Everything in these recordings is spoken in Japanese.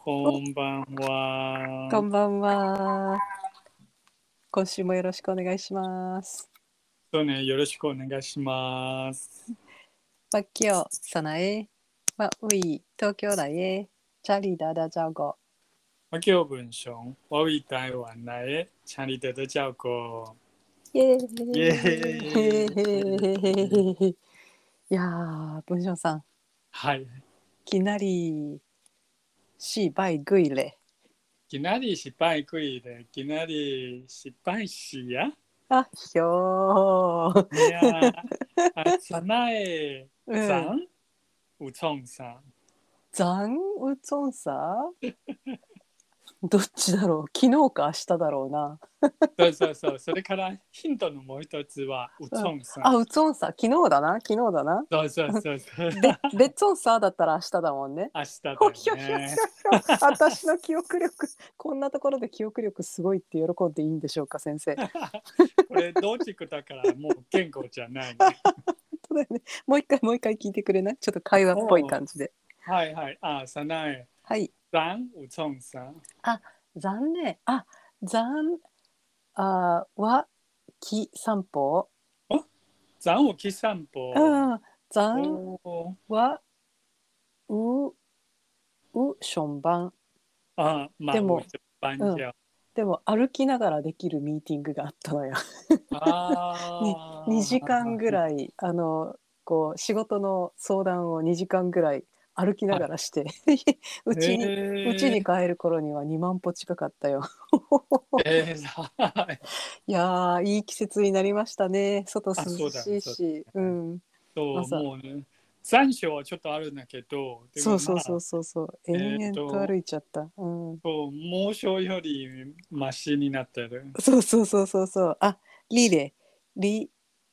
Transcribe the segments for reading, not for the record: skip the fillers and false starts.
こんばんは。 こんばんは。今週もよろしくお願いします。 そうね、よろしくお願いします。 バッキョ、サナエ、マウイ、東京来へ、チャリダダジャゴ。 我叫文雄，我为台湾来的，请你多多照顾。 イエイエーイ。いやー、文章さん、 はい。 きなり、しばいぐいれ。 きなり失敗クイで、きなり失敗しや。 あ、ひょー。 いや、さなえうん。 さん、うちょんさん。 ザンウツォンサどっちだろう、昨日か明日だろうな。 そうそうそう。それからヒントのもう一つは、うちうん、 ょんさん。 あ、ウツォンサ昨日だな、昨日だな。 そうそうそうそう。 ベッツォンサーだったら明日だもんね。 明日だよほひょひょひょね。 ひょ。私の記憶力、こんなところで記憶力すごいって喜んでいいんでしょうか、先生。 これ、同地区だからもう言語じゃないね。 本当だよね。もう一回聞いてくれない？ちょっと会話っぽい感じで。 はいはい。さなえ。 はい。 残うちょんさん。 あ、残念。あ、残、は、き散歩。 残をき散歩。 うん、残おは、しょんばん。 まあ、うでも、 ちばんうん。 じゃ。 でも歩きながらできるミーティングがあったのよ。2時間ぐい。 らいこう仕事の相談を2時間ぐらい歩きなはい。 がらしてうちにえ帰る頃には2万歩近かったよ。 はい。 いやー、いい季節になりましたね。外涼そうだね、 しいそうし、うだね。 ん、 そう、 朝、 もうね、残暑はちょっとあるんだけど、でそうもまあ、 そうそうそうそう、延々と歩いちゃった。うん、 そう、猛暑よりマシになってる。 そうそうそうそうそう。あ、リレリ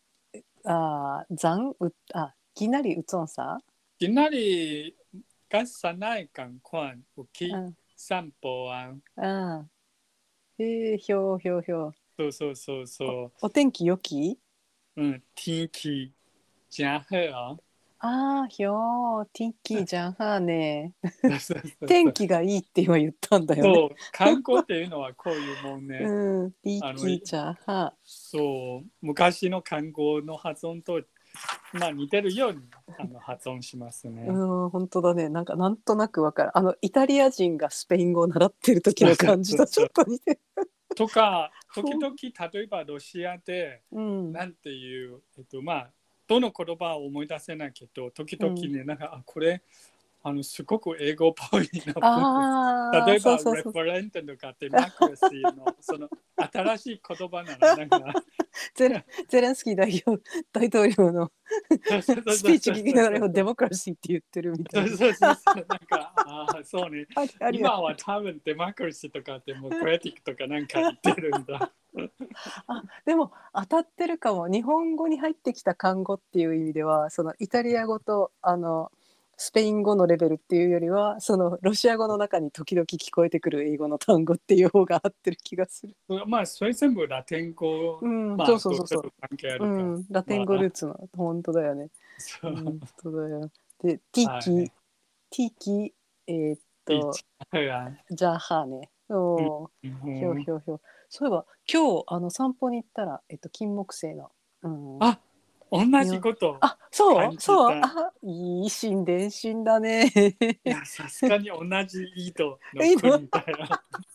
残うきなりうつんさ。 きなりがさないかんこん、うきうん、 散歩あん。 うん。ひょうひょうひょう。 そうそうそうそお天気良き？ う。天気真好啊。 ひょう、天気じゃんはね。 そうそうそうそう。 天気がいいって今言ったんだよね。 そう、観光っていうのはこういうもんね。 うん、天あの、 気じゃは。 そう、昔の観光の発音と、まあ似てるように発音しますね。 本当だね。なんとなくわかる。イタリア人がスペイン語を習ってる時の感じとちょっと似てる。 とか、時ふ 々、例えばロシアで、 うん、 なんていう、まあ、どの言葉を思い出せないけど、時々ね、なんか、これ、すごく英語っぽいの。例えば、 そうそうそう。 レファレントとかデモクラシーの、その新しい言葉なら、なんか、 ゼレンスキー大統領のそうそうそうスピーチそうそう聞きながらデモクラシーって言ってるみたいな。 そうそうそうそう、なんか、そうね。 ありありあり。 今は多分デモクラシーとかデモクラティックとかなんか言ってるんだ。 でも当たってるかも。日本語に入ってきた漢語っていう意味では、そのイタリア語とスペイン語のレベルっていうよりは、そのロシア語の中に時々聞こえてくる英語の単語っていう方が合ってる気がする。 まあ、それ全部ラテン語、 うん、 まあ、 そうそうそうそとちょっと関係あう。 るから。 ラテン語まあ、 ルーツの本当だよね。 そう。 本当だよ。で、ティキ、 はい。 ティキ、 一が、 じゃあはね。 うん。 ひょうひょうひょう。そういえば今日散歩に行ったら金木犀の、うん、 あ、同じ匂い。 ことそう感じそう、 た。 いい心電心だね。 いや、さすがに同じ井戸のいいの？ 国だよ。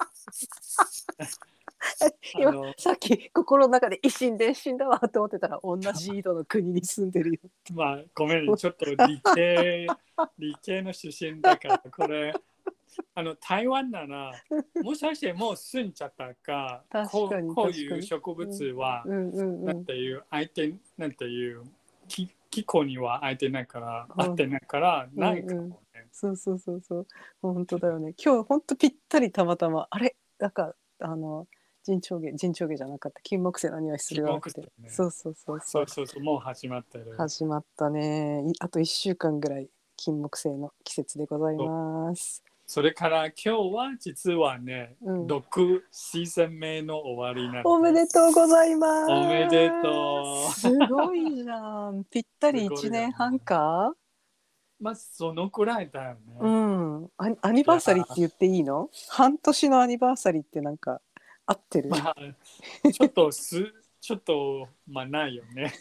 今さっき心の中で一心伝心だわと思ってたら、同じ井戸の国に住んでるよ。 まあ、ごめん、ちょっと理系の出身だから、これ、台湾なら、もしかしてもう住んじゃったか、 確かにこう確かに。 いう植物は、 うんうんなんうん。 ていう、なんていう、気候には相手ないから、合うんってないから、ないかうんうん。 もね。 そうそうそうそう。本当だよね。今日本当ぴったりたまたま、あれなんか陣長芸じゃなかった、金木犀の匂いす金るわって。 木犀ね。 そうそうそうそう。 そうそうそう、もう始まってる。 始まったね。あと1週間ぐらい金木犀の季節でございます。 それから今日は実はね、 うん。 6シーズン目の終わりなんおめでです。 とうございまおめでとす。 う。 すごいじゃん。ぴったり1 すごいよね。 年半か。 まあそのくらいだようね。 ん。アニバーサリーって言っていいの？半年のアニバーサリーってなんか合ってる？ まあちょっとちょっとまあないよね。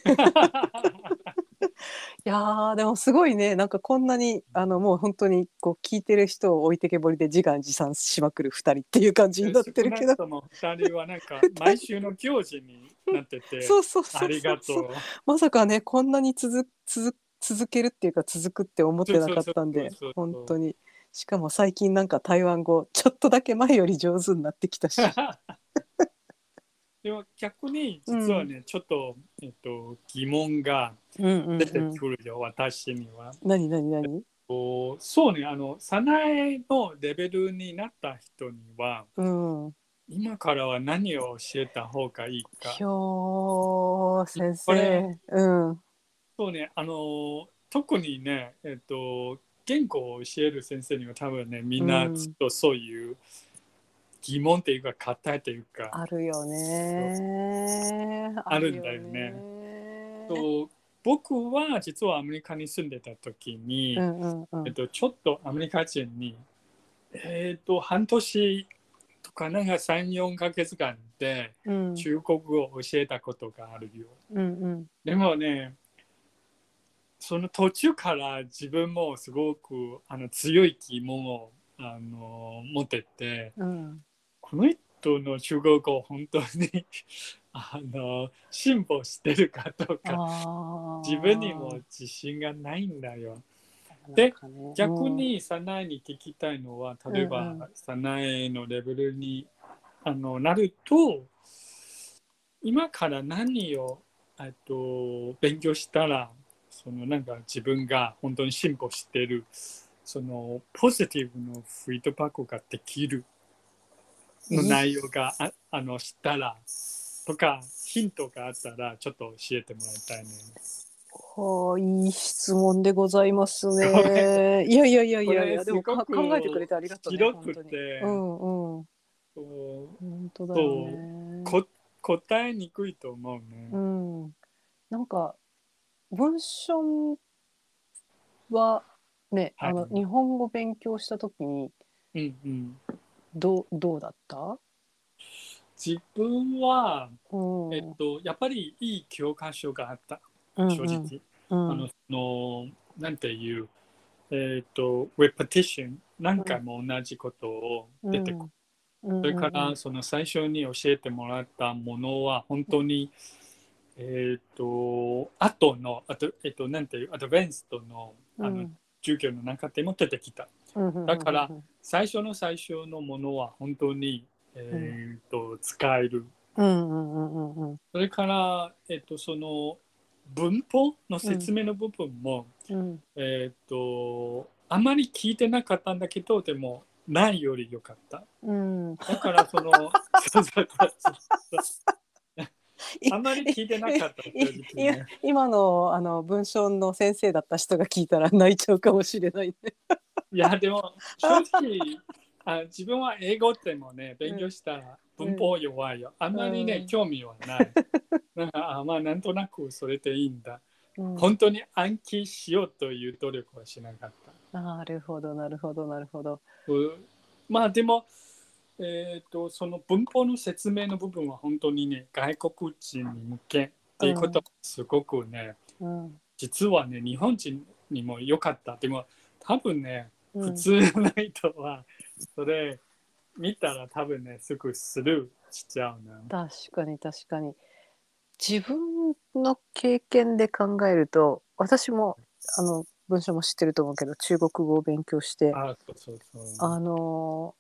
いやーでもすごいね。なんかこんなにもう本当にこう聞いてる人を置いてけぼりで自画自賛しまくる2人っていう感じになって少るけど。 なくとも2人はなんか毎週の行事になってて、 そうそうそうありそうそう。 がとまさかねこんなに続けるっていうか続くって思っう。そうてなかっそうそうたんで、 そうそう。 本当に。しかも最近なんか台湾語ちょっとだけ前より上手になってきたし。 でも逆にうん、 実はね、ちょっと、疑問がうんうん出てうん。 くるよ、私には。 何？ そうね、早苗のレベルになった人には、 うん。 今からは何を教えた方がいいか。 先これ、 生。うん。 そうね、特にね、言語を教える先生には多分ね、みうんなちん。 ょっとそういう疑問っていうか、硬いというか、 あるよね。ああるんだるよよね。 ね。 と僕は実はアメリカに住んでた時に、 うんうんうん。 ちょっとアメリカ人に、半年とかなんか3、4ヶ月間でうん中国語を教えたことがあるよ。 うんうん。 でもね、その途中から自分もすごく強い疑問を持ってて、 うん。 この人の中国語本当に進歩してるかどうあか自分にもあ。 自信がないんだよ。で、 なんかね。うん。うん逆に早苗に聞きたいのは、 う例えばん。 早苗のレベルになると、今から何を勉強したら、そのなんか自分が本当に進歩してる、そのポジティブのフィードバックができるのいい。 内容がしたら、とか、ヒントがあったら、ちょっと教えてもらいたいね。 いい質問でございますごめん、 ね。いやいやいやいこやいや、でもれすご考えてくれくてありがとうね、 広く本当に。うて、 んうん。 そう本当だよそうね。 答えにくいと思ううね。 ん。なんか文章はね、 はい。 日本語勉強した時にうんうん。 どうだった？ 自分は、 うんうんやっぱりいい教科書があった。正うん直。 うんなんていう、repetition、何うん回も同じことをうん出てくる。 うんそれうんうんから、その最初に教えてもらったものは、本当に、後の、なんていう、アドベンストの、 うん授業の中でも出てきた。 うんうんだから、 うん最初の最初のものは本当に、 うん使える。 うんうんうんそれから、その文法のうん説明の部分も、 うんあまり聞いてなかったんだけど、でも、ないより良かった。 うん。 だから、そうそうそういあまりい聞いてなかった、正直ね。 今の文章の先生だった人が聞いたら泣いちゃうかもしれないね。 いや、でも、正直、自分は英語でもね、勉強うんしたらうん文法弱いよ。あんまりね、 うん興味はない。なんか、まあ、なんとなくそれでいいんだ。 うん。 本当に暗記しようという努力はしなかった。 なるほどなるほどなるほど。 まあ、でも、その文法の説明の部分は本当にね、外国人に向けっていうことはすごくね、 うん実はね、日本人にも良かった。でも、多分ね、 うん普通の人は、それ見たら多分ね、すぐスルーしちゃうな。 確かに確かに。自分の経験で考えると、私も文章も知ってると思うけど中国語を勉強して、 そうそうそう。 あの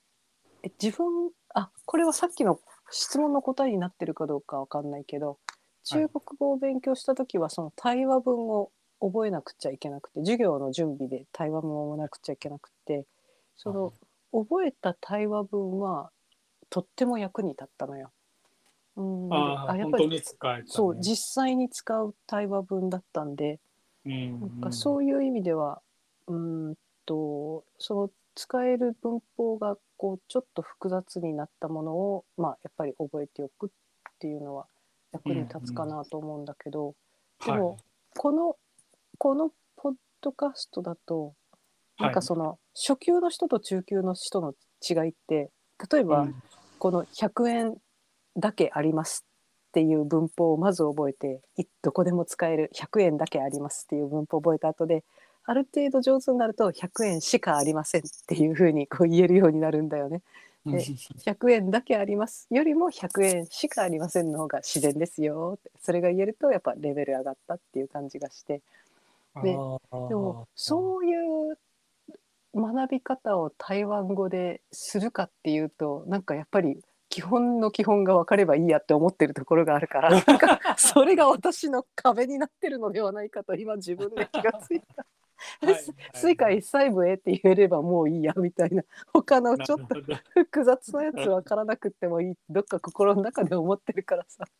これはさっきの質問の答えになってるかどうかわかんないけど、 はい。 中国語を勉強した時はその対話文を覚えなくちゃいけなくて、授業の準備で対話文をなくちゃいけなくて、その覚えた対話文はとっても役に立ったのよ。やっぱり本当に使えたそうね。 実際に使う対話文だったんで、 うんうなんかん。 そういう意味ではその使える文法がこうちょっと複雑になったものを、まあ、やっぱり覚えておくっていうのはうんう役に立つかん。 なと思うんだけど、ではい。 もこのポットキャストだとなんはい。 かその初級の人と中級の人の違いって例えばうんこの100円だけありますっていう文法をまず覚えてどこでも使える100円だけありますっていう文法を覚えた後である程度上手になると100円しかありませんっていうふうにこう言えるようになるんだよね。 うんで100円だけありますよりも100円しかありませんの方が自然ですよってそれが言えるとやっぱレベル上がったっていう感じがしてであでもあ、 そういう学び方を台湾語でするかっていうとなんかやっぱり基本の基本が分かればいいやって思ってるところがあるからなんかそれが私の壁になってるのではないかと今自分で気がついた。 はいはいスイカはい。 一細部へって言えればもういいやみたいな他のなちょっとるほど。 複雑なやつ分からなくってもいいどっか心の中で思ってるからさ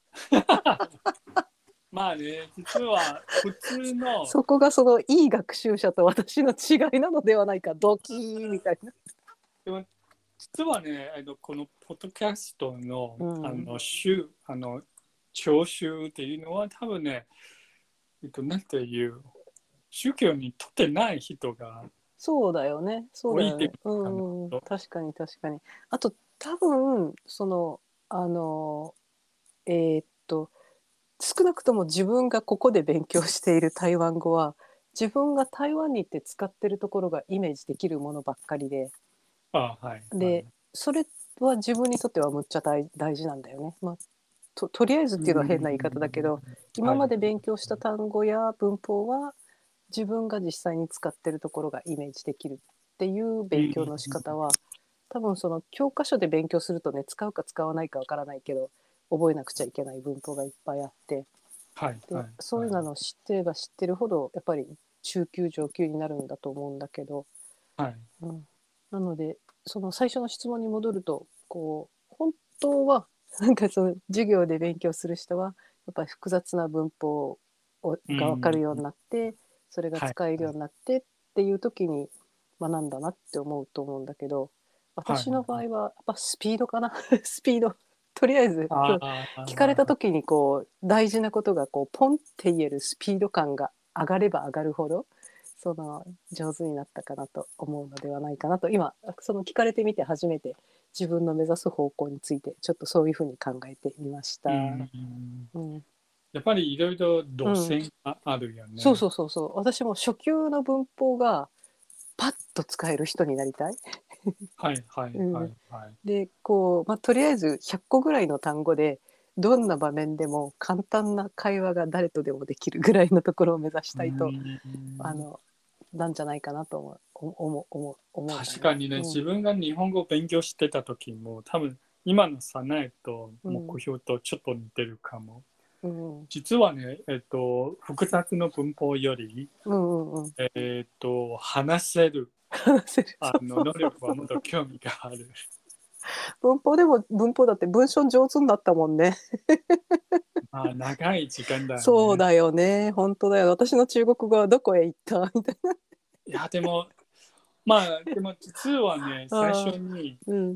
まあね、実は普通の、 そこがそのいい学習者と私の違いなのではないかドキーみたいな。 でも実はね、このポッドキャストの、 うん、 聴衆っていうのは多分ね、なんていう、宗教にとってない人がそうだよね。そう多いっていだよね。ううのかなんうん。 と。 確かに確かに。あと多分そのあのえーっと少なくとも自分がここで勉強している台湾語は自分が台湾に行って使ってるところがイメージできるものばっかりあ、はいはい。 でそれは自分にとってはむっちゃ大事なんだよね。まあ、とりあえずっていうのは変な言い方だけど今はい。 まで勉強した単語や文法は自分が実際に使ってるところがイメージできるっていううん。 勉強の仕方は多分その教科書で勉強するとね使うか使わないかわからないけど覚えなくちゃいけない文法がいっぱいあってはいはいでそうはい。 いうのを知ってれば知ってるほどやっぱり中級上級になるんだと思うんだけど、 はい。 うん、なのでその最初の質問に戻るとこう本当はなんかその授業で勉強する人はやっぱり複雑な文法が分かうん。 るようになってそれがはい使えるようになってっていう時に学んだなって思うと思うんだけどはい。 私の場合はやっぱスピードかなスピードとりあえずあ聞かれたあ、 時にこう大事なことがこうポンって言えるスピード感が上がれば上がるほどその上手になったかなと思うのではないかなと今その聞かれてみて初めて自分の目指す方向についてちょっとそういうふうに考えてみましうた。 ん。 うん、 やっぱりいろいろうん、 路線があるよね。 そうそうそうそう私も初級の文法がパッと使える人になりたい。 はいはいうん、 はいはい。 でこう、まあ、とりあえず100個ぐらいの単語でどんな場面でも簡単な会話が誰とでもできるぐらいのところを目指しうたいとん。 なんじゃないかなと思うんだね。 確かにね、 うん自分が日本語を勉強してた時も、多分今の早苗とうん目標とちょっと似てるかも。 うん実はね、複雑の文法より、 うんうん。 話せる話せる。そうそう能力はそう。 もっと興味がある。 文法でも文法だって文章上手になったもんね。 まあ、長い時間だよね。 そうだよね。本当だよ。私の中国語はどこへ行ったみたいいや、でも、まあ、でも実はね、 な。 最ああ、 初に、 うん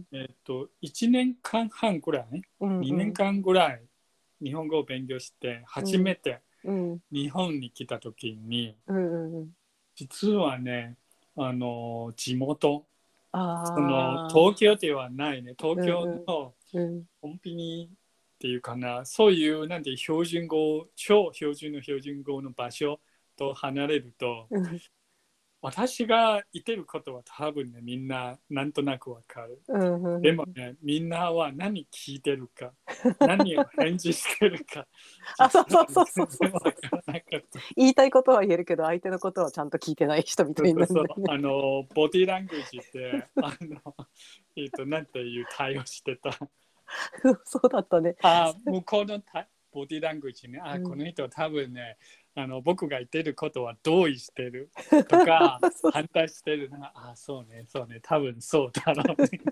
1年間半ぐらい、 うんう 2 ん年間ぐらい日本語を勉強して、 うん初めてうん日本に来た時に、 うんうん。 実はね、地元、そのああ、 東京ではないね、東うん京うんのうんコンビニっていうかな、そういうなんて標準語、超標準の標準語の場所と離れると、 うん私が言ってることは多分ね、みんななんとなくわかる。 うんうんうん。 でもね、みんなは何聞いてるか、何を返事してるか、 あ、そう実は、 そうそうそうそう全然わからなかった。 言いたいことは言えるけど相手のことはちゃんと聞いてない人みたいになるんそうそうそう、 だよね。 ボディーラングエージって、なんていう対応してた。 そうだったね。 向こうのボディーラングエージね、こうん。 の人多分ね、僕が言ってることは同意してるとか、 そう反対してるな。そうね、そうね、多分そうだろうね。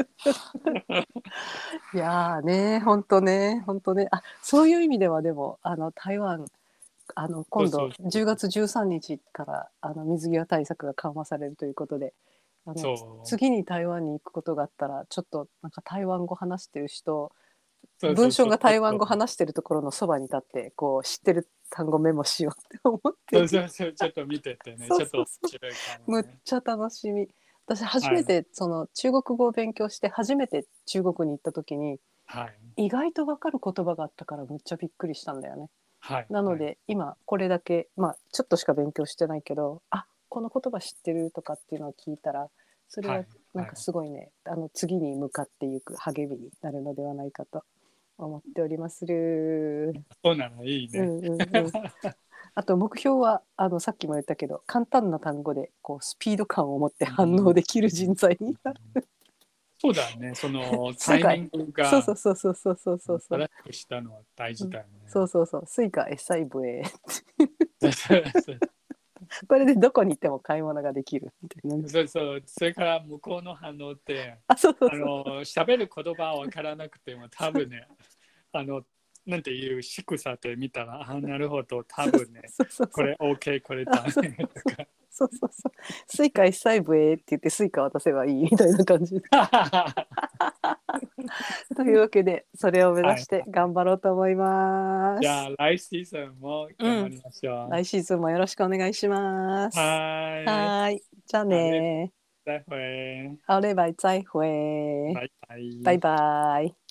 いやーね、本当ね、本当ね。あ、そういう意味ではでも台湾今度そうそう 10月13日から水際対策が緩和されるということで、 そう次に台湾に行くことがあったらちょっとなんか台湾語話してる人、 そうそうそう文章が台湾語そう話してるところのそばに立ってこう知ってる単語メモしようって思ってそうそうそう、ちょっと見ててね、 そうちょっと面そうそう白いかもむっね。 ちゃ楽しみ。私初めてその中国語を勉強して初めて中国に行った時にはい。 意外とわかる言葉があったからむっちゃびっくりしたんだよね。 はい。 なのはい。 で今これだけまあちょっとしか勉強してないけど、あ、この言葉知ってるとかっていうのを聞いたら、それははい。 なんかはい。 すごいね、次に向かっていく励みになるのではないかと思っておりまする。 そうなのいいね。 うんうんうん。あと目標はさっきも言ったけど簡単な単語でこうスピード感を持って反応できる人材になる。 そうだね。そのスイカ、 タイミングがそうそうそうそうそうそうそうそう、 正しくしたのは大うん、 事だよそうそうそう、スイカエサイブエ、 ね。そうこれでどこに行っても買い物ができるみたいなね。 そうそう。それから向こうの反応って、 あ、そうそうそう。 喋る言葉は分からなくても多分ね、あの、なんていう仕草で見たら、あ、なるほど、多分ね、 そうそうそう。 これ OK、これあ、 ダそうメとか。 そうそうそう。スイカ一細部へって言ってスイカ渡せばいいみたいな感じで。というわけでそれを目指はい。 して頑張ろうと思います。 じゃあ、来シーズンもうん。 頑張りましょ来シーズンもよろしくお願いしまう。 す。 はい。 はい。じゃああれ、 ね。 再会。 好嘞，拜再会。 バイバイ。 拜拜。